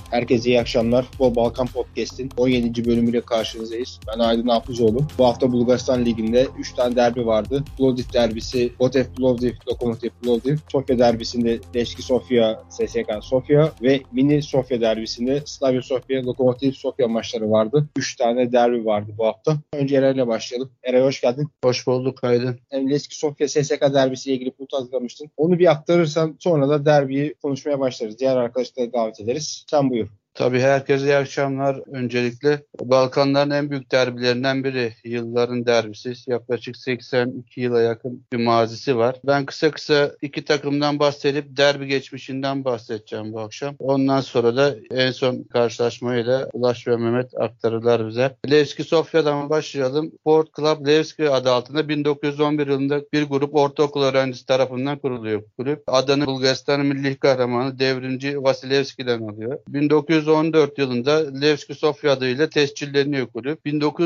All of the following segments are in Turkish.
Herkese iyi akşamlar. Futbol Balkan Podcast'in 17. bölümüyle karşınızdayız. Ben Aydın Hafızoğlu. Bu hafta Bulgaristan Ligi'nde 3 tane derbi vardı. Plovdiv derbisi, Botev Plovdiv, Lokomotiv Plovdiv. Sofya derbisinde Levski Sofia, SSK Sofia ve Mini Sofya derbisinde Slavia Sofia, Lokomotiv Sofia maçları vardı. 3 tane derbi vardı bu hafta. Önce Eray'la başlayalım. Eray hoş geldin. Hoş bulduk Aydın. Levski Sofia SSK derbisiyle ilgili punto hazırlamıştın. Onu bir aktarırsan sonra da derbiyi konuşmaya başlarız. Diğer arkadaşları davet ederiz. Sen buyur. Tabii herkese iyi akşamlar. Öncelikle Balkanların en büyük derbilerinden biri. Yılların derbisi. Yaklaşık 82 yıla yakın bir mazisi var. Ben kısa iki takımdan bahsedip derbi geçmişinden bahsedeceğim bu akşam. Ondan sonra da en son karşılaşmayı da Ulaş ve Mehmet aktarırlar bize. Levski Sofya'dan başlayalım. Sport Club Levski adı altında 1911 yılında bir grup ortaokul öğrencisi tarafından kuruluyor kulüp. Adını Bulgaristan milli kahramanı devrimci Vasilevski'den alıyor. 1914 yılında Levski Sofya adıyla tescilleniyor kulüp.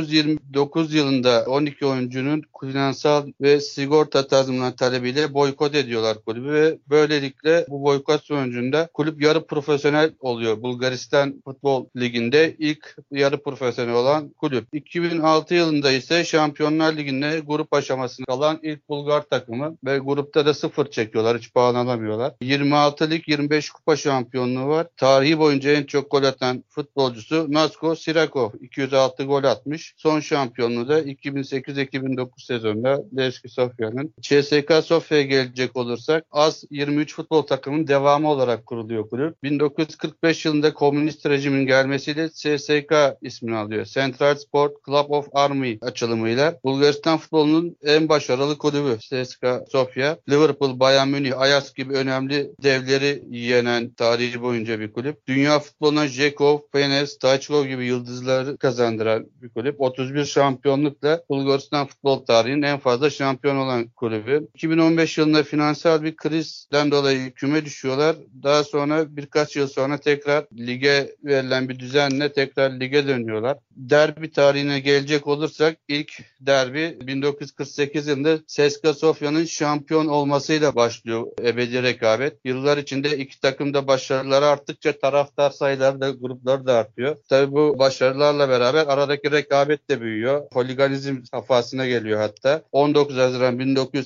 1929 yılında 12 oyuncunun finansal ve sigorta tazminat talebiyle boykot ediyorlar kulübü ve böylelikle bu boykot sonucunda kulüp yarı profesyonel oluyor. Bulgaristan Futbol Ligi'nde ilk yarı profesyonel olan kulüp. 2006 yılında ise Şampiyonlar Ligi'nde grup aşamasında kalan ilk Bulgar takımı ve grupta da 0 çekiyorlar. Hiç puan alamıyorlar. 26 lig 25 kupa şampiyonluğu var. Tarihi boyunca en çok gol atan futbolcusu Nasko Sirakov 206 gol atmış. Son şampiyonluğu da 2008-2009 sezonunda Levski Sofya'nın. CSKA Sofya'ya gelecek olursak AS 23 futbol takımının devamı olarak kuruluyor kulüp. 1945 yılında komünist rejimin gelmesiyle CSKA ismini alıyor. Central Sport Club of Army açılımıyla Bulgaristan futbolunun en başarılı kulübü CSKA Sofya. Liverpool, Bayern Münih, Ajax gibi önemli devleri yenen tarihi boyunca bir kulüp. Dünya futboluna Jekov, Fener, Stoichkov gibi yıldızları kazandıran bir kulüp. 31 şampiyonlukla Bulgaristan futbol tarihinin en fazla şampiyon olan kulübü. 2015 yılında finansal bir krizden dolayı küme düşüyorlar. Daha sonra birkaç yıl sonra tekrar lige verilen bir düzenle tekrar lige dönüyorlar. Derbi tarihine gelecek olursak ilk derbi 1948 yılında CSKA Sofya'nın şampiyon olmasıyla başlıyor ebedi rekabet. Yıllar içinde iki takım da başarıları arttıkça taraftar sayıları da grupları da artıyor. Tabii bu başarılarla beraber aradaki rekabet de büyüyor. Holiganizm safhasına geliyor hatta. 19 Haziran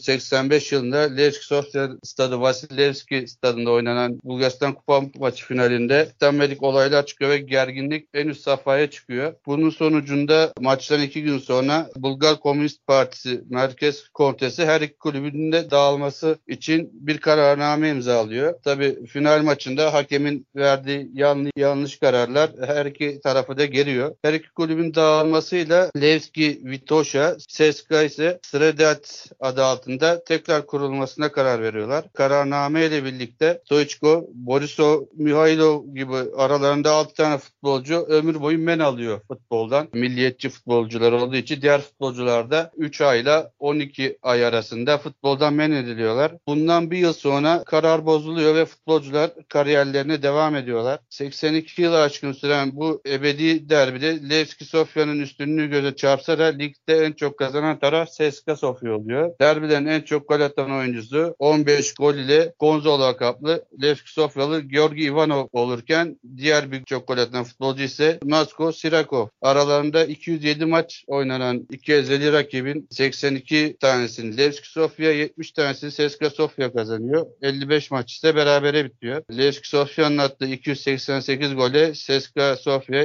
1985 yılında Levski Sofya Stadı Vasilevski Stadı'nda oynanan Bulgaristan Kupa maçı finalinde istenmedik olaylar çıkıyor ve gerginlik en üst safhaya çıkıyor. Bunun sonucunda maçtan 2 gün sonra Bulgar Komünist Partisi Merkez Komitesi her iki kulübün de dağılması için bir kararname imzalıyor. Tabii final maçında hakemin verdiği yanlış kararlar her iki tarafı da geriyor. Her iki kulübün dağılmasıyla Levski Vitoša, CSKA ise Sredat adı altında tekrar kurulmasına karar veriyorlar. Kararname ile birlikte Stoichkov, Borisov, Mihailov gibi aralarında 6 tane futbolcu ömür boyu men alıyor futboldan. Milliyetçi futbolcular olduğu için diğer futbolcular da 3 ayla 12 ay arasında futboldan men ediliyorlar. Bundan bir yıl sonra karar bozuluyor ve futbolcular kariyerlerine devam ediyorlar. 82 yılı aşkın süren bu ebedi derbide Levski Sofya'nın üstünlüğü göze çarpsa da ligde en çok kazanan taraf CSKA Sofya oluyor. Derbilerin en çok gol atan oyuncusu 15 gol ile Gonzo lakaplı Levski Sofyalı Georgi Ivanov olurken diğer bir çok gol atan futbolcu ise Nasko Sirakov. Aralarında 207 maç oynanan iki ezeli rakibin 82 tanesini Levski Sofya, 70 tanesini CSKA Sofya kazanıyor. 55 maç ise berabere bitiyor. Levski Sofya'nın attığı 288 gole CSKA Sofya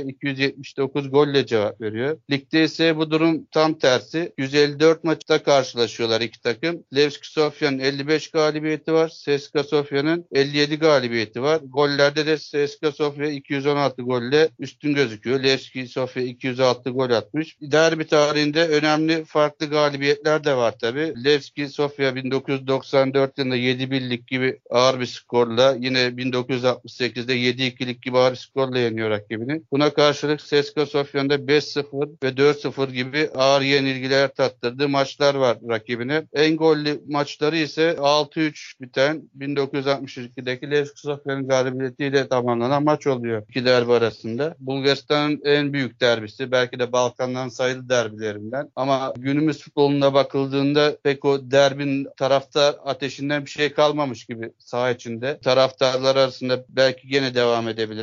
279 golle cevap veriyor. Ligde ise bu durum tam tersi. 154 maçta karşılaşıyorlar iki takım. Levski Sofya'nın 55 galibiyeti var. CSKA Sofya'nın 57 galibiyeti var. Gollerde de CSKA Sofya 216 golle üstün gözüküyor. Levski Sofya 206 gol atmış. Derbi tarihinde önemli farklı galibiyetler de var tabii. Levski Sofya 1994 yılında 7-1'lik gibi ağır bir skorla, yine 1968'de 7-2'lik gibi ağır bir skorla yeniyor rakibini. Buna karşılık CSKA Sofya'nda 5-0 ve 4-0 gibi ağır yenilgiler tattırdığı maçlar var rakibine. En gollü maçları ise 6-3 biten 1962'deki Levski Sofya'nın galibiyetiyle tamamlanan maç oluyor iki derbi arasında. Bulgaristan'ın en büyük derbisi, belki de Balkanların sayılı derbilerinden, ama günümüz futboluna bakıldığında pek o derbinin taraftar ateşinden bir şey kalmamış gibi saha içinde. Taraftarlar arasında belki gene devam edebilir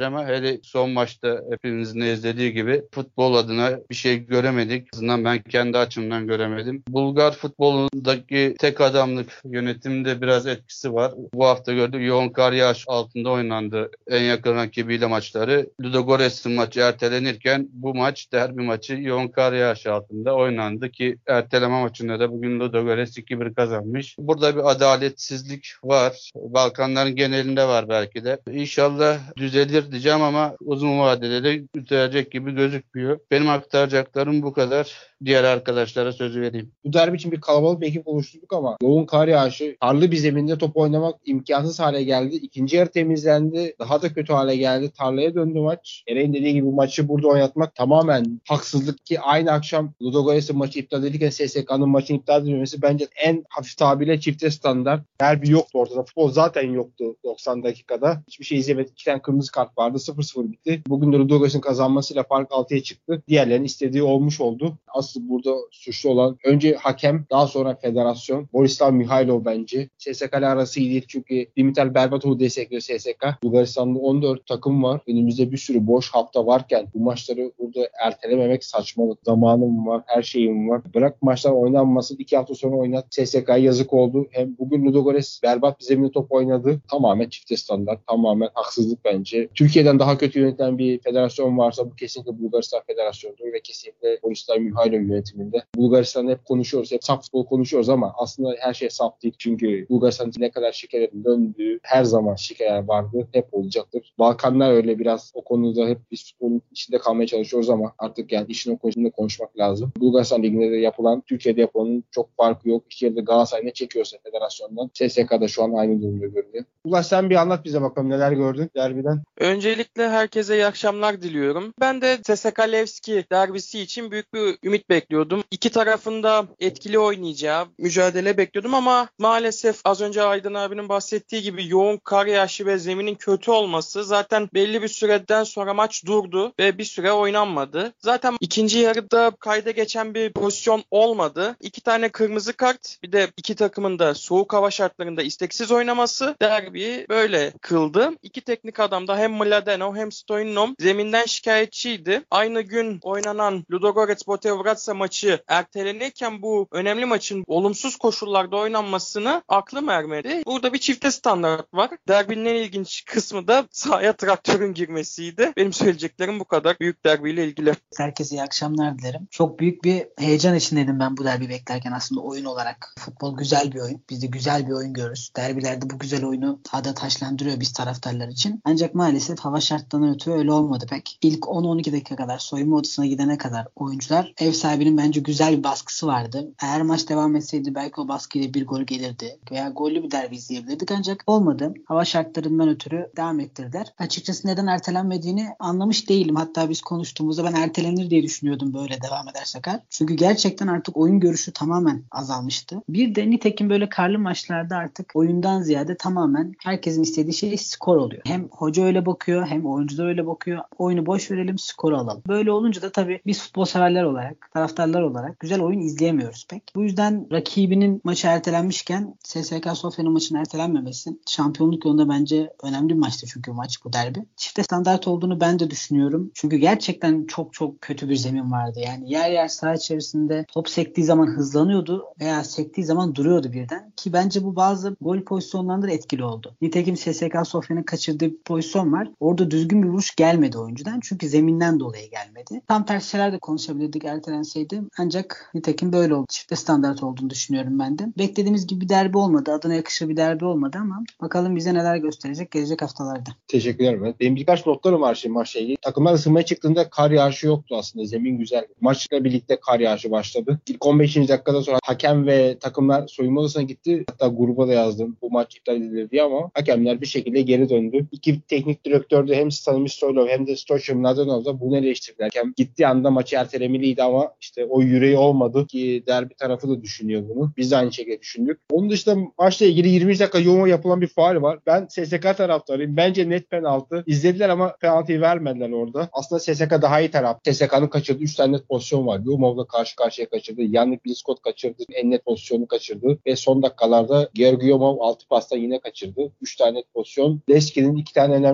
ama hele son maçta hepimizin de izlediği gibi futbol adına bir şey göremedik. En azından ben kendi açımdan göremedim. Bulgar futbolundaki tek adamlık yönetiminde biraz etkisi var. Bu hafta gördük, yoğun kar yağış altında oynandı en yakın rakibiyle maçları. Ludogorets'in maçı ertelenirken bu maç, derbi maçı, yoğun kar yağış altında oynandı ki erteleme maçında da bugün Ludogorets 2-1 kazanmış. Burada bir adaletsizlik var. Balkanların genelinde var belki de. İnşallah düzelir diyeceğim ama uzun vadede de düzelecek gibi gözükmüyor. Benim aktaracaklarım bu kadar. Diğer arkadaşlara sözü vereyim. Bu derbi için bir kalabalık bir ekip oluşturduk ama yoğun kar yağışı, karlı bir zeminde top oynamak imkansız hale geldi. İkinci yarı temizlendi. Daha da kötü hale geldi. Tarlaya döndü maç. Eren'in dediği gibi bu maçı burada oynatmak tamamen haksızlık ki aynı akşam Ludogorets'in maçı iptal edilirken SSK'nın maçını iptal edilmesi bence en hafif tabirle çifte standart. Derbi yoktu ortada. Futbol zaten yoktu 90 dakikada. Hiçbir şey izlemedik. 2 tane kırmızı kart vardı. 0-0 bitti. Bugün de Ludogorets'in kazanmasıyla fark 6'ya çıktı. Diğerlerinin istediği olmuş oldu. Asıl burada suçlu olan önce hakem, daha sonra federasyon. Borislav Mihailov bence. SSK ile arası iyi değil çünkü Dimitar Berbatov'u destekliyor SSK. Bulgaristan'da 14 takım var. Önümüzde bir sürü boş hafta varken bu maçları burada ertelememek saçmalık. Zamanım var, her şeyim var. Bırak maçlar oynanmasın. 2 hafta sonra oynat. SSK'ya yazık oldu. Hem bugün Ludogorets berbat bir zeminde top oynadı. Tamamen çifte standart. Tamamen haksızlık bence. Türkiye'den daha kötü yönetilen bir federasyon varsa bu kesinlikle Bulgaristan Federasyonu'dur ve kesinlikle Borislav Mihailov yönetiminde. Bulgaristan'da hep konuşuyoruz. Hep saf futbol konuşuyoruz ama aslında her şey saf değil. Çünkü Bulgaristan'ın ne kadar şikayetlerin döndüğü her zaman şikayet vardı. Hep olacaktır. Balkanlar öyle biraz o konuda hep biz futbolun içinde kalmaya çalışıyoruz ama artık yani işin o konusunda konuşmak lazım. Bulgaristan Ligi'nde de yapılan, Türkiye'de yapılanın çok farkı yok. İki yerde Galatasaray ne çekiyorsa federasyondan SSK'da şu an aynı durumda görünüyor. Ulaş sen bir anlat bize bakalım neler gördün derbiden. Öncelikle herkese iyi akşamlar diliyorum. Ben de CSKA Levski derbisi için büyük bir ümit bekliyordum. İki tarafında etkili oynayacağı mücadele bekliyordum ama maalesef az önce Aydın abinin bahsettiği gibi yoğun kar yağışı ve zeminin kötü olması zaten belli bir süreden sonra maç durdu ve bir süre oynanmadı. Zaten ikinci yarıda kayda geçen bir pozisyon olmadı. 2 tane kırmızı kart, bir de iki takımın da soğuk hava şartlarında isteksiz oynaması derbiyi böyle kıldı. İki teknik adam da hem Mladenov hem Stoichkov zeminden şikayetçiydi. Aynı gün oynanan Ludogorets-Botev Vratsa maçı ertelenirken bu önemli maçın olumsuz koşullarda oynanmasını aklım ermedi. Burada bir çifte standart var. Derbinin en ilginç kısmı da sahaya traktörün girmesiydi. Benim söyleyeceklerim bu kadar büyük derbiyle ilgili. Herkese iyi akşamlar dilerim. Çok büyük bir heyecan içindeydim ben bu derbi beklerken aslında oyun olarak. Futbol güzel bir oyun. Biz de güzel bir oyun görürüz. Derbilerde bu güzel oyunu sahada taşlandırıyor biz taraftarlar için. Ancak maalesef hava şartlarından ötürü öyle olmadı pek. İlk 10-12 dakika kadar soyunma odasına gidene kadar oyuncular ev sahibinin bence güzel bir baskısı vardı. Eğer maç devam etseydi belki o baskıyla bir gol gelirdi veya gollü bir derbi izleyebilirdik ancak olmadı. Hava şartlarından ötürü devam ettirdiler. Açıkçası neden ertelenmediğini anlamış değilim. Hatta biz konuştuğumuzda ben ertelenir diye düşünüyordum böyle devam edersek. Çünkü gerçekten artık oyun görüşü tamamen azalmıştı. Bir de nitekim böyle karlı maçlarda artık oyundan ziyade tamamen herkesin istediği şey skor oluyor. Hem hoca öyle bakıyor hem oyuncular öyle bakıyor. Oyunu boş verelim, skoru alalım. Böyle olunca da tabii biz futbol severler olarak, taraftarlar olarak güzel oyun izleyemiyoruz pek. Bu yüzden rakibinin maçı ertelenmişken CSKA Sofya'nın maçının ertelenmemesi şampiyonluk yolunda bence önemli bir maçtı çünkü bu derbi. Çifte standart olduğunu ben de düşünüyorum. Çünkü gerçekten çok çok kötü bir zemin vardı. Yani yer saha içerisinde top sektiği zaman hızlanıyordu veya sektiği zaman duruyordu birden. Ki bence bu bazı gol pozisyonlarında da etkili oldu. Nitekim CSKA Sofya'nın kaçırdığı bir pozisyon var. Orada düzgün bir vuruş gelmedi oyuncudan. Çünkü zeminden dolayı gelmedi. Tam tersi şeyler de konuşabilirdik ertelenseydi. Ancak nitekim böyle oldu. Çifte standart olduğunu düşünüyorum ben de. Beklediğimiz gibi bir derbi olmadı. Adına yakışır bir derbi olmadı ama bakalım bize neler gösterecek gelecek haftalarda. Teşekkürler. Benim birkaç notlarım var şimdi maçla ilgili. Takımlar ısınmaya çıktığında kar yağışı yoktu aslında. Zemin güzel. Maçla birlikte kar yağışı başladı. İlk 15. dakikada sonra hakem ve takımlar soyunma odasına gitti. Hatta gruba da yazdım. Bu maç iptal edilir diye ama hakemler bir şekilde geri döndü. İki teknik direktör de hem Stanislav hem de Stoichkov Mladenov da bunu eleştirdiler. Hakem gittiği anda maçı ertelemeliydi ama işte o yüreği olmadı ki derbi tarafı da düşünüyor bunu. Biz de aynı şekilde düşündük. Onun dışında maçla ilgili 20 dakika yoğun yapılan bir faul var. Ben SSK taraftarıyım. Bence net penaltı. İzlediler ama penaltıyı vermediler orada. Aslında SSK daha iyi taraf. SSK'nın kaçırdığı 3 tane net pozisyon var. Yumov'la karşı karşıya kaçırdı. Yannick Bliskot kaçırdı. En net pozisyonu kaçırdı. Ve son dakikalarda Georgi Yumov 6 pasta yine kaçırdı. 3 tane net pozisyon. Leski'nin 2 tane önemli hata var.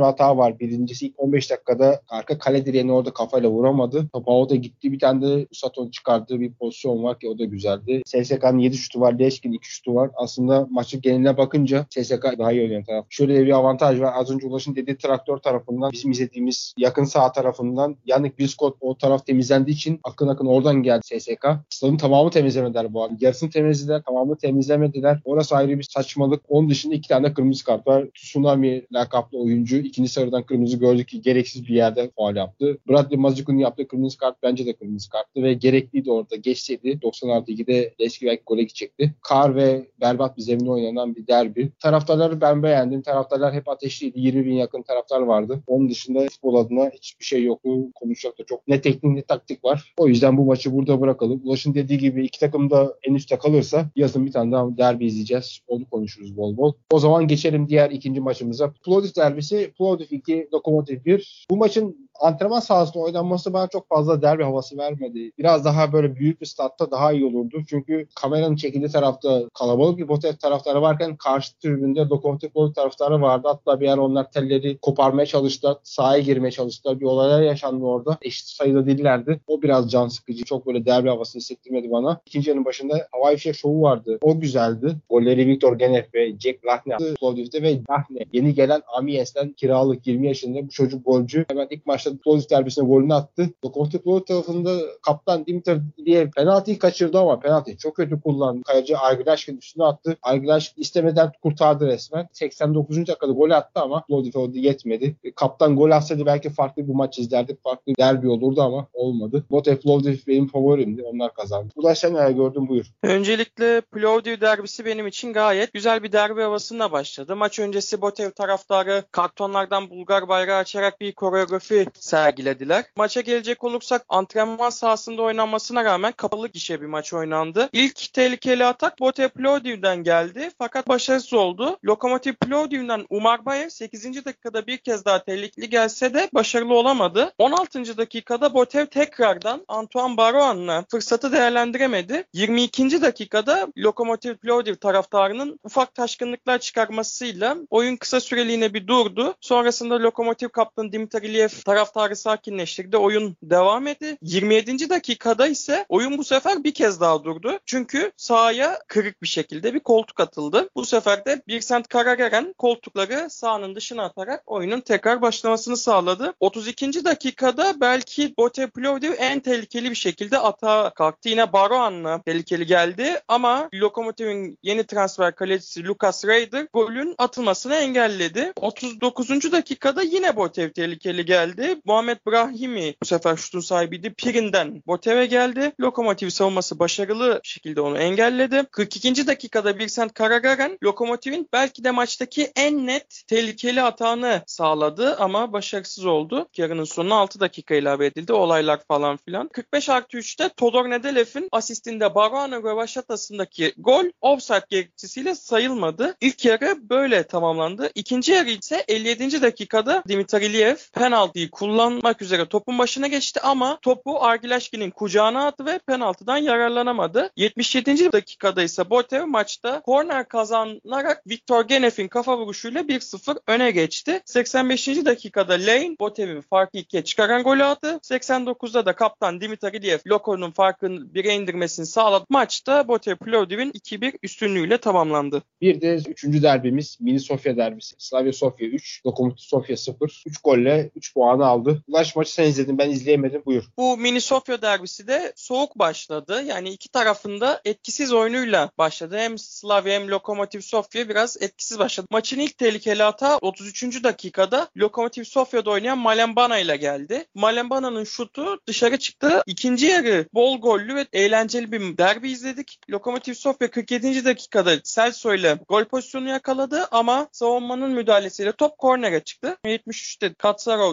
var. Birincisi ilk 15 dakikada arka kale direğine orada kafayla vuramadı. Top da gitti. Bir tane de Sato'nun çıkardığı bir pozisyon var ki o da güzeldi. SSK'nın 7 şutu var. Leşkin 2 şutu var. Aslında maçın geneline bakınca SSK daha iyi oynayan taraf. Şöyle de bir avantaj var. Az önce Ulaş'ın dediği traktör tarafından bizim izlediğimiz yakın sağ tarafından Yannick Biscott o taraf temizlendiği için akın akın oradan geldi SSK. Stadın tamamı temizlemediler bu arada. Yarısını temizlediler. Tamamını temizlemediler. Orası ayrı bir saçmalık. Onun dışında 2 tane kırmızı kart var. Tsunami lakaplı oyuncu ikinci sarıdan kırmızı gördü ki gereksiz bir yerde faul yaptı. Bradley Mazzucu'nun yaptığı kırmızı kart bence de kırmızı karttı ve gerekliydi orada. Geçseydi 90+2'de Leski belki gole gidecekti. Kar ve berbat bir zemine oynanan bir derbi. Taraftarları ben beğendim. Taraftarlar hep ateşliydi. 20 bin yakın taraftar vardı. Onun dışında futbol adına hiçbir şey yoktu. Konuşacak da çok ne teknik ne taktik var. O yüzden bu maçı burada bırakalım. Ulaş'ın dediği gibi iki takım da en üstte kalırsa yazın bir tane daha derbi izleyeceğiz. Onu konuşuruz bol bol. O zaman geçelim diğer ikinci maçımıza. Plovdiv derbisi. Plovdiv 2, Lokomotiv 1. Bu maçın antrenman sahasında oynanması bana çok fazla derbi havası vermedi. Biraz daha böyle büyük bir statta daha iyi olurdu. Çünkü kameranın çekildiği tarafta kalabalık bir Botev taraftarı varken karşı tribünde Lokomotiv Plovdiv taraftarı vardı. Hatta bir yer onlar telleri koparmaya çalıştılar. Sahaya girmeye çalıştılar. Bir olaylar yaşandı orada. Eşit sayıda değillerdi. O biraz can sıkıcı. Çok böyle derbi havası hissettirmedi bana. İkinci yarının başında havai fişek şovu vardı. O güzeldi. Golleri Viktor Genef ve Jack Lahne attı Plovdiv'de ve Lahne yeni gelen Amiens'ten kiralık 20 yaşında bu çocuk golcü. Hemen ilk maçta Plovdiv derbisine golünü attı. Lokomotiv Plovdiv tarafında kaptan Dimitar diye penaltıyı kaçırdı ama penaltıyı çok kötü kullandı. Kaleci Argılaşkin üstüne attı. Argılaşkin istemeden kurtardı resmen. 89. dakikada gol attı ama Plovdiv orada yetmedi. Kaptan gol atsaydı belki farklı bir maç izlerdik. Farklı bir derbi olurdu ama olmadı. Botev Plovdiv benim favorimdi. Onlar kazandı. Ulaş sen neler gördün buyur. Öncelikle Plovdiv derbisi benim için gayet güzel bir derbi havasında başladı. Maç öncesi Botev taraftarı kartonlardan Bulgar bayrağı açarak bir koreografi sergilediler. Maça gelecek olursak antrenman sahasında oynanmasına rağmen kapalı gişe bir maç oynandı. İlk tehlikeli atak Botev Plovdiv'den geldi fakat başarısız oldu. Lokomotiv Plovdiv'den Umar Bayev 8. dakikada bir kez daha tehlikeli gelse de başarılı olamadı. 16. dakikada Botev tekrardan Antoine Baroan'la fırsatı değerlendiremedi. 22. dakikada Lokomotiv Plovdiv taraftarının ufak taşkınlıklar çıkarmasıyla oyun kısa süreliğine bir durdu. Sonrasında Lokomotiv kaptanı Dimitar Iliyev taraftarı sakinleştirdi. Oyun devam etti. 27. dakikada ise oyun bu sefer bir kez daha durdu. Çünkü sahaya kırık bir şekilde bir koltuk atıldı. Bu sefer de Birsendt Karageren koltukları sahanın dışına atarak oyunun tekrar başlamasını sağladı. 32. dakikada belki Botev Plovdiv en tehlikeli bir şekilde atağa kalktı. Yine Baroan'la tehlikeli geldi ama Lokomotiv'in yeni transfer kalecisi Lucas Raider golün atılmasını engelledi. 39. dakikada yine Botev tehlikeli geldi. Muhammed Brahimi bu sefer şutun sahibiydi. Pirin'den Botev'e geldi. Lokomotiv savunması başarılı şekilde onu engelledi. 42. dakikada Birsendt Karageren Lokomotiv'in belki de maçtaki en net tehlikeli atağını sağladı ama başarısız oldu. Yarının sonuna 6 dakika ilave edildi. Olaylar falan filan. 45+3'te Todor Nedelev'in asistinde Baroan'ın rövaşatasındaki gol offside gerekçesiyle sayılmadı. İlk yarı böyle tamamlandı. İkinci yarı ise 57. dakikada Dimitar Iliyev penaltıyı kullanmak üzere topun başına geçti ama topu Argılaşkin'in kucağına attı ve penaltıdan yararlanamadı. 77. dakikada ise Botev maçta korner kazanarak Viktor Genef'in kafa vuruşuyla 1-0 öne geçti. 85. dakikada Lane Botev'in farkı 2'ye çıkaran golü attı. 89'da da kaptan Dimitar Iliyev Loko'nun farkını 1'e indirmesini sağladı. Maçta Botev Plovdiv'in 2-1 üstünlüğüyle tamamlandı. Bir de 3. derbimiz Mini Sofya derbisi. Slavia Sofya 3, Lokomotiv Sofya 0. 3 golle 3 puanı aldı. Ulaş maçı sen izledin, ben izleyemedim. Buyur. Bu Mini Sofya derbisi de soğuk başladı. Yani iki tarafında etkisiz oyunuyla başladı. Hem Slavia hem Lokomotiv Sofya biraz etkisiz başladı. Maçın ilk tehlikeli hata 33. dakikada Lokomotiv Sofya'da oynayan Malembana ile geldi. Malembana'nın şutu dışarı çıktı. İkinci yarı bol gollü ve eğlenceli bir derbi izledik. Lokomotiv Sofya 47. dakikada Celso ile gol pozisyonu yakaladı ama savunmanın müdahalesiyle top kornere çıktı. 73'te Katsarov ikinci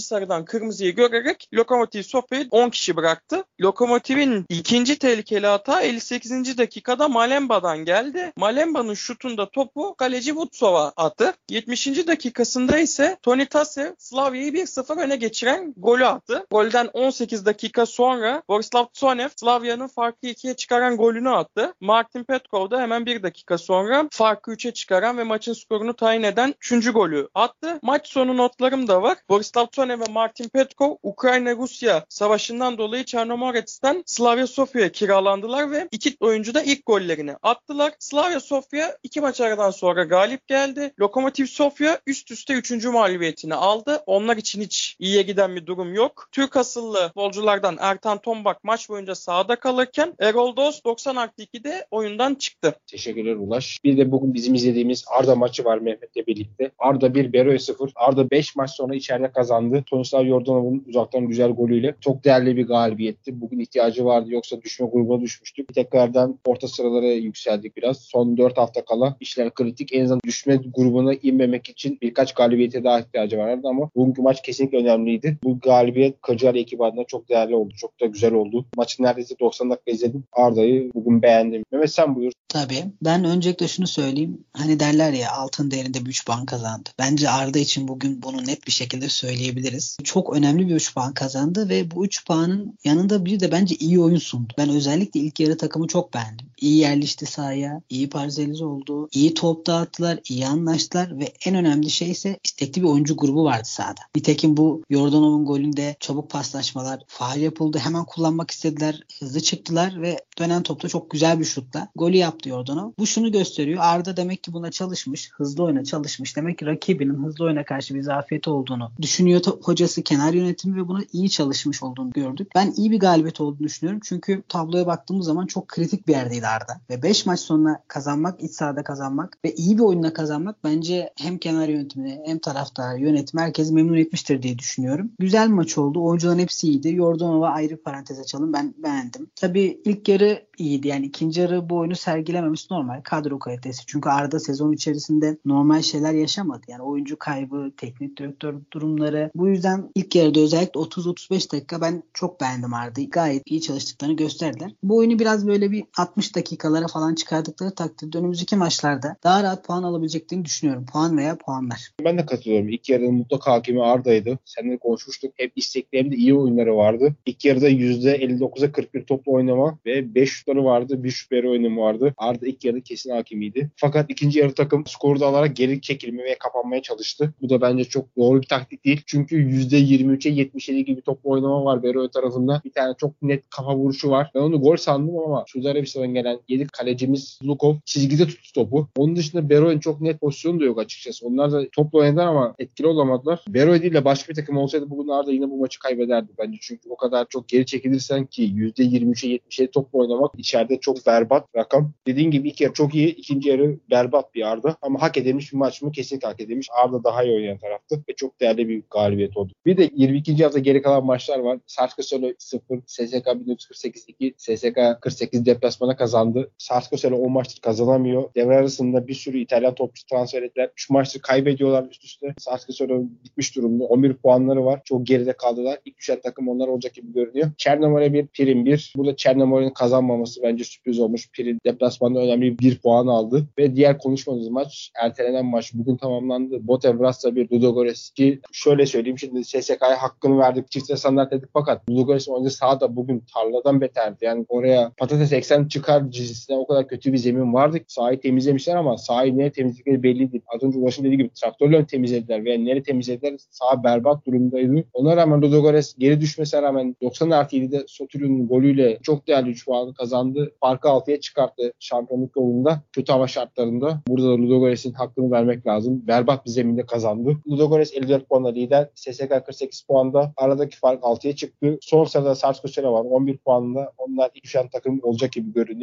sarıdan kırmızıyı görerek Lokomotiv Sofya'yı 10 kişi bıraktı. Lokomotiv'in ikinci tehlikeli hata 58. dakikada Malemba'dan geldi. Malemba'nın şutunda topu kaleci Vutsov'a attı. 70. dakikasında ise Toni Tasev Slavya'yı 1-0 öne geçiren golü attı. Golden 18 dakika sonra Borislav Tsonev Slavya'nın farkı 2'ye çıkaran golünü attı. Martin Petkov da hemen 1 dakika sonra farkı 3'e çıkaran ve maçın skorunu tayin eden 3. golü attı. Maç sonu notlarım da var. Borislav Tsonev ve Martin Petkov Ukrayna-Rusya savaşından dolayı Çernomorets'ten Slavia Sofya'ya kiralandılar ve iki oyuncu da ilk gollerini attılar. Slavia Sofya 2 maç aradan sonra galip geldi. Lokomotiv Sofya üst üste 3. mağlubiyetini aldı. Onlar için hiç iyiye giden bir durum yok. Türk asıllı futbolculardan Ertan Tombak maç boyunca sahada kalırken Erol Dost 90+2'de oyundan çıktı. Teşekkürler Ulaş. Bir de bugün bizim izlediğimiz Arda maçı var Mehmet'le birlikte. Arda 1, Beroe 0. Arda 5 maç sonra içeride kazandı. Tomislav Yordanov'un uzaktan güzel golüyle. Çok değerli bir galibiyetti. Bugün ihtiyacı vardı. Yoksa düşme grubuna düşmüştük. Tekrardan orta sıralara yükseldik biraz. Son 4 hafta kala işler kritik. En azından düşme grubuna inmemek için birkaç galibiyete daha ihtiyacı vardı ama bugünkü maç kesinlikle önemliydi. Bu galibiyet Kacar ekibi adına çok değerli oldu. Çok da güzel oldu. Maçı neredeyse 90 dakika izledim. Arda'yı bugün beğendim. Mehmet sen buyur. Tabii. Ben öncelikle şunu söyleyeyim. Hani derler ya altın değerinde bir 3 puan kazandı. Bence Arda için bugün bunu net bir şekilde söyleyebiliriz. Çok önemli bir 3 puan kazandı ve bu 3 puanın yanında bir de bence iyi oyun sundu. Ben özellikle ilk yarı takımı çok beğendim. İyi yerleşti sahaya, iyi parzelize oldu, iyi top dağıttılar, iyi anlaştılar ve en önemli şey ise istekli bir oyuncu grubu vardı sahada. Nitekim bu Yordanov'un golünde çabuk paslaşmalar, faul yapıldı. Hemen kullanmak istediler, hızlı çıktılar ve dönen topta çok güzel bir şutla golü yaptı Yordanov. Bu şunu gösteriyor. Arda demek ki buna çalışmış, hızlı oyuna çalışmış. Demek ki rakibinin hızlı oyuna karşı bir zafiyeti olduğunu düşünüyor hocası, kenar yönetimi ve buna iyi çalışmış olduğunu gördük. Ben iyi bir galibiyet olduğunu düşünüyorum. Çünkü tabloya baktığımız zaman çok kritik bir yerdeydi Arda. Ve 5 maç sonra kazanmak, iç sahada kazanmak ve iyi bir oyunla kazanmak bence hem kenar yönetimini hem taraftar, yönetim herkesi memnun etmiştir diye düşünüyorum. Güzel maç oldu. Oyuncuların hepsi iyiydi. Yordanov'a ayrı parantez açalım. Ben beğendim. Tabii ilk yarı iyiydi. Yani ikinci yarı bu oyunu sergilememesi normal. Kadro kalitesi. Çünkü Arda sezon içerisinde normal şeyler yaşamadı. Yani oyuncu kaybı, teknik direktör durumları. Bu yüzden ilk yarıda özellikle 30-35 dakika ben çok beğendim Arda'yı. Gayet iyi çalıştıklarını gösterdiler. Bu oyunu biraz böyle bir 60 dakikalara falan çıkardıkları takdirde önümüzdeki maçlarda daha rahat puan alabileceklerini düşünüyorum. Puan veya puanlar. Ben de katılıyorum. İlk yarının mutlak hakimi Arda'ydı. Seninle konuşmuştuk. Hem istekli hem de iyi oyunları vardı. İlk yarıda %59'a 41 topla oynama ve 5 şutları vardı. Bir şut beri oynamı vardı. Arda ilk yarıda kesin hakimiydi. Fakat ikinci yarı takım skoru da alarak geri çekilme ve kapanmaya çalıştı. Bu da bence çok doğru bir taktik değil. Çünkü %23'e 77 gibi topla oynama var Beroe tarafında. Bir tane çok net kafa vuruşu var. Ben onu gol sandım ama Suudi Arabistan'dan gelen 7 kalecimiz Lukov çizgide tuttu topu. Onun dışında Beroe'nin çok net pozisyonu da yok açıkçası. Onlar da topla oynadılar ama etkili olamadılar. Beroe değil de başka bir takım olsaydı bugün Arda yine bu maçı kaybederdi bence. Çünkü o kadar çok geri çekilirsen ki %23'e 77 topla oynamak içeride çok berbat rakam. Dediğin gibi ilk yarı çok iyi. İkinci yarı berbat bir Arda. Ama hak edilmiş bir maç mı? Kesinlikle hak edilmiş. Arda daha iyi oynayan taraftı ve çok değerli bir galibiyet oldu. Bir de 22. hafta geri kalan maçlar var. Sarkoselo 0, SSK 1948 2, SSK 48 deplasmana kazandı. Sarkoselo 10 maçtır kazanamıyor. Devre arasında bir sürü İtalyan topçu transfer ettiler. 3 maçtır kaybediyorlar üst üste. Sarkoselo bitmiş durumda. 11 puanları var. Çok geride kaldılar. İlk düşen takım onlar olacak gibi görünüyor. Çernomor'a 1, Pirin 1. Burada Çernomor'un kazanmaması bence sürpriz olmuş. Pirin deplasmanda önemli bir puan aldı. Ve diğer konuşmadığımız maç, ertelenen maç bugün tamamlandı. Botev Vras'la bir Ludogorets ki şöyle söyleyeyim, şimdi SSK'ya hakkını verdik, çift standart dedik fakat Ludogorets oynadığı sahada bugün tarladan beterdi. Yani oraya patates eksen çıkar cinsinden o kadar kötü bir zemin vardı. Sahayı temizlemişler ama sahayı nereye temizledikleri belli değil. Az önce Ulaş'ın dediği gibi traktörle temizlediler ve nereye temizlediler, saha berbat durumdaydı. Ona rağmen Ludogorets geri düşmesine rağmen 90+7'de Soturyu'nun golüyle çok değerli 3 puanı kazandı. Farkı 6'ya çıkarttı şampiyonluk yolunda. Kötü hava şartlarında. Burada da Ludogorets'in hakkını vermek lazım. Berbat bir zeminde kazandı. Ludogorets 54 puanla lider. SSK 48 puanda. Aradaki fark 6'ya çıktı. Son sırada Sarkoselo var 11 puanla. Onlar ilk düşen takım olacak gibi görünüyor.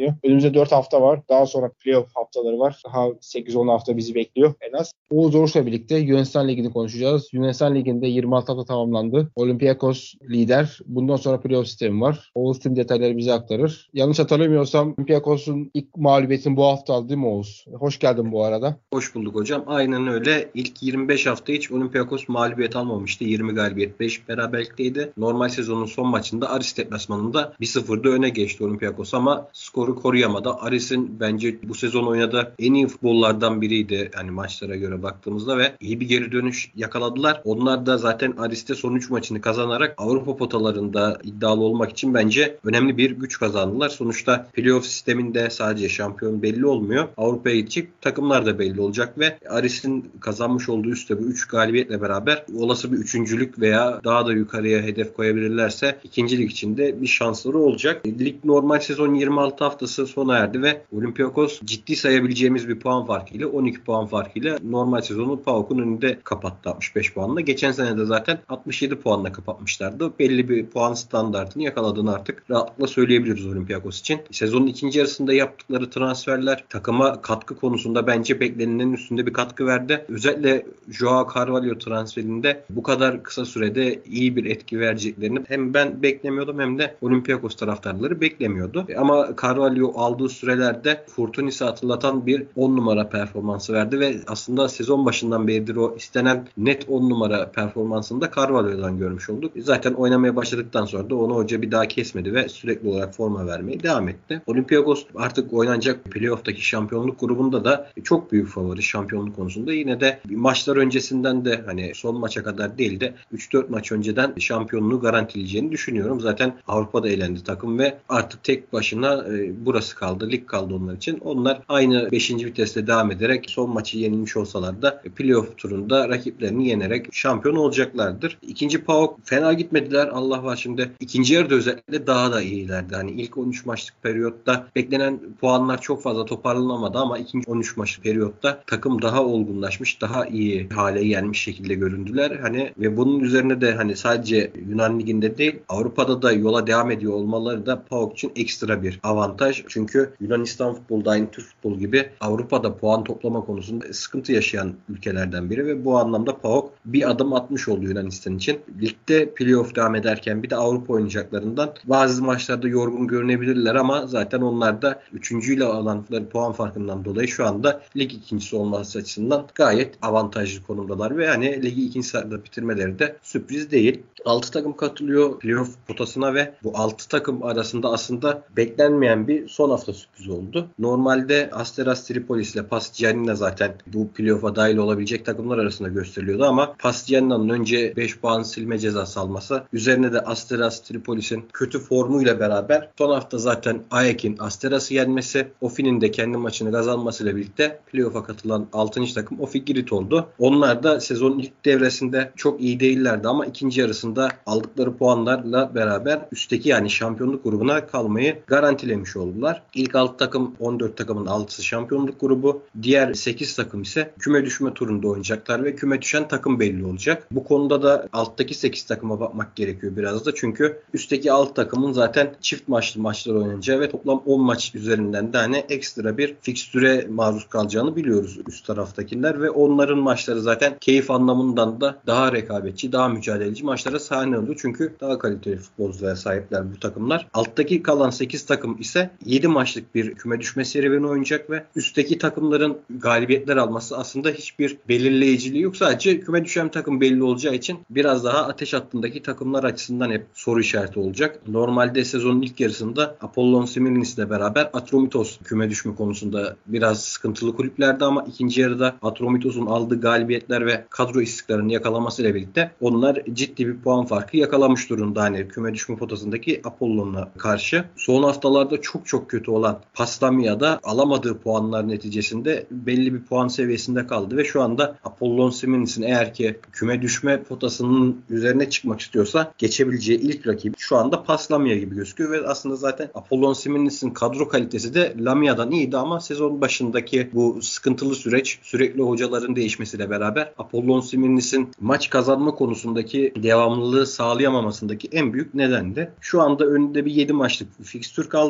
oynanıyor. Önümüzde 4 hafta var. Daha sonra playoff haftaları var. Daha 8-10 hafta bizi bekliyor en az. Oğuz Oruç'la birlikte Yunanistan Ligi'ni konuşacağız. Yunanistan Ligi'nde 26 hafta tamamlandı. Olympiakos lider. Bundan sonra playoff sistemi var. Oğuz tüm detayları bize aktarır. Yanlış hatırlamıyorsam Olympiakos'un ilk mağlubiyetini bu hafta aldı değil mi Oğuz? Hoş geldin bu arada. Hoş bulduk hocam. Aynen öyle. İlk 25 hafta hiç Olympiakos mağlubiyet almamıştı. 20 galibiyet, 5 beraberlikteydi. Normal sezonun son maçında Aris deplasmanında 1-0'da öne geçti Olympiakos ama skoru koruyamadı. Aris'in bence bu sezon oynadığı en iyi futbollardan biriydi. Yani maçlara göre baktığımızda ve iyi bir geri dönüş yakaladılar. Onlar da zaten Aris'te son 3 maçını kazanarak Avrupa potalarında iddialı olmak için bence önemli bir güç kazandılar. Sonuçta playoff sisteminde sadece şampiyon belli olmuyor. Avrupa'ya gidecek takımlar da belli olacak ve Aris'in kazanmış olduğu üstte bu 3 galibiyetle beraber olası bir üçüncülük veya daha da yukarıya hedef koyabilirlerse ikincilik için de bir şansları olacak. Lig normal sezon 26 haftası sona erdi ve Olympiakos ciddi sayabileceğimiz bir puan farkıyla 12 puan farkıyla normal sezonu PAOK'un önünde kapattı 65 puanla. Geçen sene de zaten 67 puanla kapatmışlardı. Belli bir puan standartını yakaladığını artık rahatlıkla söyleyebiliriz Olympiakos için. Sezonun ikinci yarısında yaptıkları transferler takıma katkı konusunda bence beklenenin üstünde bir katkı verdi. Özellikle Joao Carvalho transferinde bu kadar kısa sürede iyi bir etki vereceklerini hem ben beklemiyordum hem de Olympiakos taraftarları beklemiyordu. Ama Carvalho aldığı sürelerde Furtunis'i hatırlatan bir 10 numara performansı verdi ve aslında sezon başından beridir o istenen net 10 numara performansını da Carvalho'dan görmüş olduk. Zaten oynamaya başladıktan sonra da onu hoca bir daha kesmedi ve sürekli olarak forma vermeye devam etti. Olympiakos artık oynanacak playoff'taki şampiyonluk grubunda da çok büyük favori şampiyonluk konusunda. Yine de maçlar öncesinden de hani son maça kadar değil de 3-4 maç önceden şampiyonluğu garantileyeceğini düşünüyorum. Zaten Avrupa'da elendi takım ve artık tek başına burası kaldı. Lig kaldı onlar için. Onlar aynı 5. viteste devam ederek son maçı yenilmiş olsalar da playoff turunda rakiplerini yenerek şampiyon olacaklardır. İkinci PAOK fena gitmediler. Allah var şimdi. İkinci yarıda özellikle daha da iyilerdi. Hani ilk 13 maçlık periyotta beklenen puanlar çok fazla toparlanamadı ama ikinci 13 maçlık periyotta takım daha olgunlaşmış, daha iyi hale gelmiş şekilde göründüler. Hani ve bunun üzerine de hani sadece Yunan Ligi'nde değil Avrupa'da da yola devam ediyor olmaları da PAOK için ekstra bir avantaj. Çünkü Yunanistan futbolu da aynı Türk futbolu gibi Avrupa'da puan toplama konusunda sıkıntı yaşayan ülkelerden biri ve bu anlamda PAOK bir adım atmış oldu Yunanistan için. Ligde playoff devam ederken bir de Avrupa oynayacaklarından bazı maçlarda yorgun görünebilirler ama zaten onlar da üçüncüyle alanları puan farkından dolayı şu anda lig ikincisi olması açısından gayet avantajlı konumdalar ve hani ligi ikinci sırada bitirmeleri de sürpriz değil. 6 takım katılıyor playoff potasına ve bu 6 takım arasında aslında beklenmeyen bir son hafta sürpriz oldu. Normalde Asteras Tripolis ile PAS Giannina zaten bu playoff'a dahil olabilecek takımlar arasında gösteriliyordu ama PAS Giannina'nın önce 5 puan silme cezası alması üzerine de Asteras Tripolis'in kötü formuyla beraber son hafta zaten AEK'in Asteras'ı yenmesi, Ofi'nin de kendi maçını kazanmasıyla birlikte playoff'a katılan 6. takım Ofi Girit oldu. Onlar da sezonun ilk devresinde çok iyi değillerdi ama ikinci yarısında aldıkları puanlarla beraber üstteki yani şampiyonluk grubuna kalmayı garantilemiş oldular. İlk 6 takım 14 takımın 6'sı şampiyonluk grubu. Diğer 8 takım ise küme düşme turunda oynayacaklar ve küme düşen takım belli olacak. Bu konuda da alttaki 8 takıma bakmak gerekiyor biraz da. Çünkü üstteki 6 takımın zaten çift maçlı maçlar oynanacağı ve toplam 10 maç üzerinden de hani ekstra bir fikstüre maruz kalacağını biliyoruz üst taraftakiler ve onların maçları zaten keyif anlamından da daha rekabetçi, daha mücadeleci maçlara sahne oluyor. Çünkü daha kaliteli futbolculara sahipler bu takımlar. Alttaki kalan 8 takım ise 7 maçlık bir küme düşme serüveni oynayacak ve üstteki takımların galibiyetler alması aslında hiçbir belirleyiciliği yok. Sadece küme düşen takım belli olacağı için biraz daha ateş hattındaki takımlar açısından hep soru işareti olacak. Normalde sezonun ilk yarısında Apollon Smirnis ile beraber Atromitos küme düşme konusunda biraz sıkıntılı kulüplerdi ama ikinci yarıda Atromitos'un aldığı galibiyetler ve kadro istikrarını yakalamasıyla birlikte onlar ciddi bir puan farkı yakalamış durumda hani küme düşme potasındaki Apollon'a karşı. Son haftalarda çok kötü olan Pastamia'da alamadığı puanlar neticesinde belli bir puan seviyesinde kaldı ve şu anda Apollon Smirnis'in eğer ki küme düşme potasının üzerine çıkmak istiyorsa geçebileceği ilk rakibi şu anda Paslamia gibi gözüküyor ve aslında zaten Apollon Smirnis'in kadro kalitesi de Lamia'dan iyiydi ama sezon başındaki bu sıkıntılı süreç sürekli hocaların değişmesiyle beraber Apollon Smirnis'in maç kazanma konusundaki devamlılığı sağlayamamasındaki en büyük nedendi. Şu anda önünde bir 7 maçlık fikstür kaldı Apollon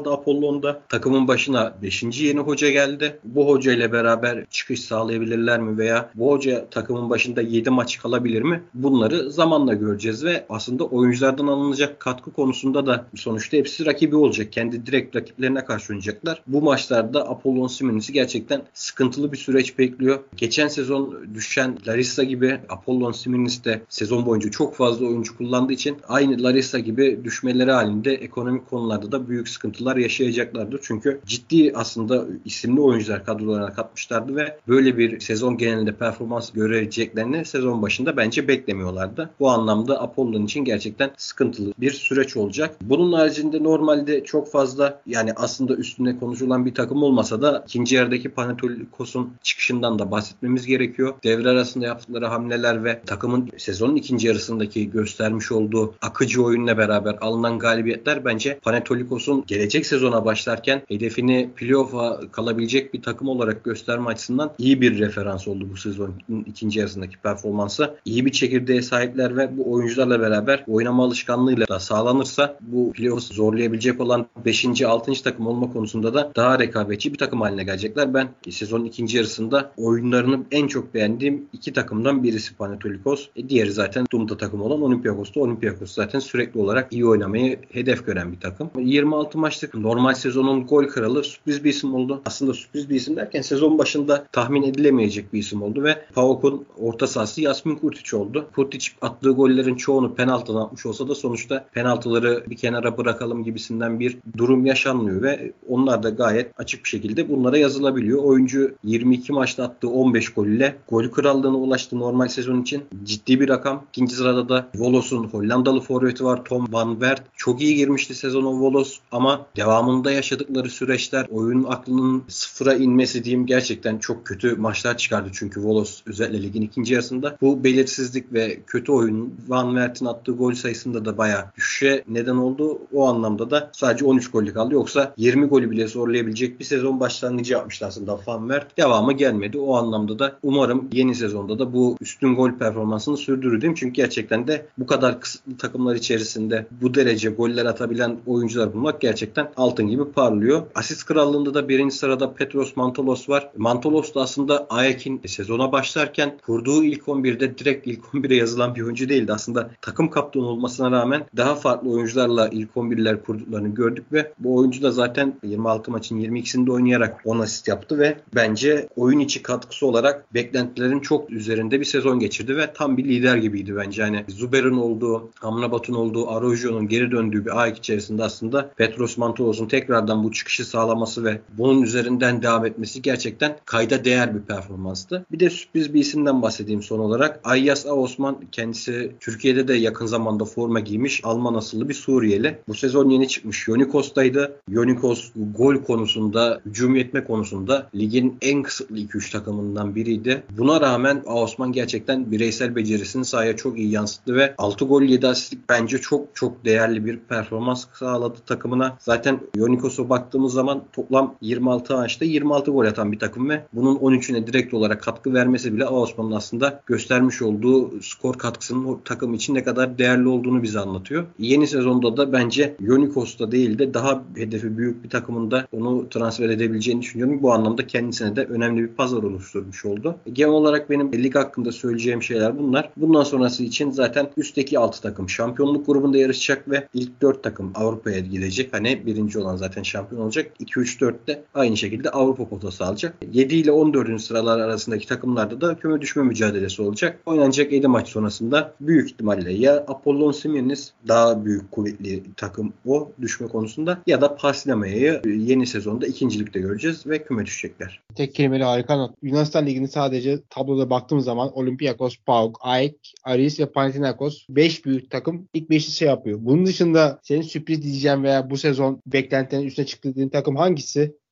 Apollon'da. Takımın başına 5. yeni hoca geldi. Bu hoca ile beraber çıkış sağlayabilirler mi veya bu hoca takımın başında 7 maç kalabilir mi? Bunları zamanla göreceğiz ve aslında oyunculardan alınacak katkı konusunda da sonuçta hepsi rakibi olacak. Kendi direkt rakiplerine karşı oynayacaklar. Bu maçlarda Apollon Siminis'i gerçekten sıkıntılı bir süreç bekliyor. Geçen sezon düşen Larissa gibi Apollon Siminis de sezon boyunca çok fazla oyuncu kullandığı için aynı Larissa gibi düşmeleri halinde ekonomik konularda da büyük sıkıntılar yaşayacaklardır. Çünkü ciddi aslında isimli oyuncular kadrolarına katmışlardı ve böyle bir sezon genelinde performans göreceklerini sezon başında bence beklemiyorlardı. Bu anlamda Apollon için gerçekten sıkıntılı bir süreç olacak. Bunun haricinde normalde çok fazla yani aslında üstüne konuşulan bir takım olmasa da ikinci yarıdaki Panathinaikos'un çıkışından da bahsetmemiz gerekiyor. Devre arasında yaptıkları hamleler ve takımın sezonun ikinci yarısındaki göstermiş olduğu akıcı oyunla beraber alınan galibiyetler bence Panathinaikos'un gelecek sezona başlarken hedefini playoff'a kalabilecek bir takım olarak gösterme açısından iyi bir referans oldu bu sezonun ikinci yarısındaki performansı. İyi bir çekirdeğe sahipler ve bu oyuncularla beraber oynama alışkanlığıyla da sağlanırsa bu playoff'u zorlayabilecek olan 5. 6. takım olma konusunda da daha rekabetçi bir takım haline gelecekler. Ben sezonun ikinci yarısında oyunlarını en çok beğendiğim iki takımdan birisi Panathinaikos. Diğeri zaten Dumta takımı olan Olympiakos'ta. Olympiakos zaten sürekli olarak iyi oynamayı hedef gören bir takım. 26 maçlık normal sezonun gol kralı sürpriz bir isim oldu. Aslında sürpriz bir isim derken sezon başında tahmin edilemeyecek bir isim oldu ve PAOK'un orta sahası Yasmin Kurtić oldu. Kurtić attığı gollerin çoğunu penaltıdan atmış olsa da sonuçta penaltıları bir kenara bırakalım gibisinden bir durum yaşanmıyor ve onlar da gayet açık bir şekilde bunlara yazılabiliyor. Oyuncu 22 maçta attığı 15 gol ile gol krallığına ulaştı normal sezon için. Ciddi bir rakam. İkinci sırada da Volos'un Hollandalı forveti var. Tom van Wert. Çok iyi girmişti sezona Volos ama devamında yaşadıkları süreçler, oyun aklının sıfıra inmesi diyeyim gerçekten çok kötü maçlar çıkardı. Çünkü Volos özellikle ligin ikinci yarısında bu belirsizlik ve kötü oyun Van Wert'in attığı gol sayısında da bayağı düşüşe neden oldu. O anlamda da sadece 13 gollü kaldı. Yoksa 20 golü bile zorlayabilecek bir sezon başlangıcı yapmıştı aslında Van Wert. Devamı gelmedi. O anlamda da umarım yeni sezonda da bu üstün gol performansını sürdürür. Çünkü gerçekten de bu kadar kısıtlı takımlar içerisinde bu derece goller atabilen oyuncular bulmak gerçekten altın gibi parlıyor. Asist krallığında da birinci sırada Petros Mantolos var. Mantolos da aslında AEK'in sezona başlarken kurduğu ilk 11'de direkt ilk 11'e yazılan bir oyuncu değildi. Aslında takım kaptanı olmasına rağmen daha farklı oyuncularla ilk 11'ler kurduklarını gördük ve bu oyuncu da zaten 26 maçın 22'sinde oynayarak 10 asist yaptı ve bence oyun içi katkısı olarak beklentilerin çok üzerinde bir sezon geçirdi ve tam bir lider gibiydi bence. Yani Zuber'in olduğu, Amrabat'ın olduğu, Araujo'nun geri döndüğü bir AEK içerisinde aslında Petros Mantolos'un tekrardan bu çıkışı sağlaması ve bunun üzerinden devam etmesi gerçekten kayda değer bir performanstı. Bir de sürpriz bir isimden bahsedeyim son olarak. Ayyas Osman kendisi Türkiye'de de yakın zamanda forma giymiş Alman asıllı bir Suriyeli. Bu sezon yeni çıkmış Yonikos'taydı. Yonikos gol konusunda, hücum yetme konusunda ligin en kısıtlı 2-3 takımından biriydi. Buna rağmen Osman gerçekten bireysel becerisini sahaya çok iyi yansıttı ve 6 gol 7 asistlik bence çok çok değerli bir performans sağladı takımına. Zaten Yonikos'a baktığımız zaman toplam 26 maçta 26 gol atan bir takım ve bunun 13'üne direkt olarak katkı vermesi bile Osman'ın aslında göstermiş olduğu skor katkısının o takım için ne kadar değerli olduğunu bize anlatıyor. Yeni sezonda da bence Yonikos'ta değil de daha hedefi büyük bir takımında onu transfer edebileceğini düşünüyorum. Bu anlamda kendisine de önemli bir pazar oluşturmuş oldu. Genel olarak benim lig hakkında söyleyeceğim şeyler bunlar. Bundan sonrası için zaten üstteki 6 takım şampiyonluk grubunda yarışacak ve ilk 4 takım Avrupa'ya gidecek. Hani birinci olan zaten şampiyon olacak. 2-3-4 de aynı şekilde Avrupa potası alacak. 7 ile 14. sıralar arasındaki takımlarda da küme düşme mücadelesi olacak. Oynanacak 7 maç sonrasında büyük ihtimalle ya Apollon Siminis daha büyük kuvvetli takım o düşme konusunda ya da Paslama'yı yeni sezonda ikincilikte göreceğiz ve küme düşecekler. Tek kelimeyle harika not. Yunanistan Ligi'ni sadece tabloda baktığım zaman Olympiakos, PAOK, AEK, Aris ve Panathinaikos 5 büyük takım ilk 5'i şey yapıyor. Bunun dışında senin sürpriz diyeceğim veya bu sezon beklentilerin üstüne çıktığın takım hangisi?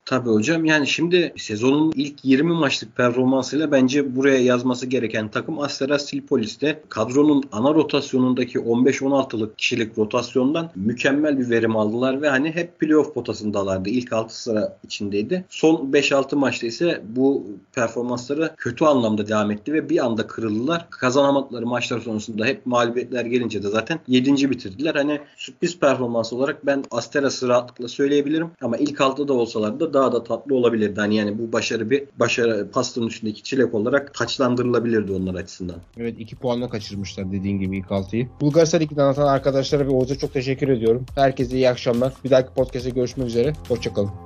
Tabii hocam, yani şimdi sezonun ilk 20 maçlık performansıyla bence buraya yazması gereken takım Asteras Silpolis'te. Kadronun ana rotasyonundaki 15-16'lık kişilik rotasyondan mükemmel bir verim aldılar ve hani hep playoff potasındalardı. İlk 6 sıra içindeydi. Son 5-6 maçta ise bu performansları kötü anlamda devam etti ve bir anda kırıldılar. Kazanamadıkları maçlar sonrasında hep mağlubiyetler gelince de zaten 7. bitirdiler. Hani sürpriz performans olarak ben Asteras'ı rahatlıkla söyleyebilirim ama ilk 6'da olsalar da daha da tatlı olabilirdi. Hani yani bu başarı pastanın üstündeki çilek olarak taçlandırılabilirdi onlar açısından. Evet, 2 puanla kaçırmışlar dediğin gibi ilk 6'yı. Bulgaristan Ligi'ni anlatan arkadaşlara ve Oğuz'a çok teşekkür ediyorum. Herkese iyi akşamlar. Bir dahaki podcast'te görüşmek üzere. Hoşçakalın.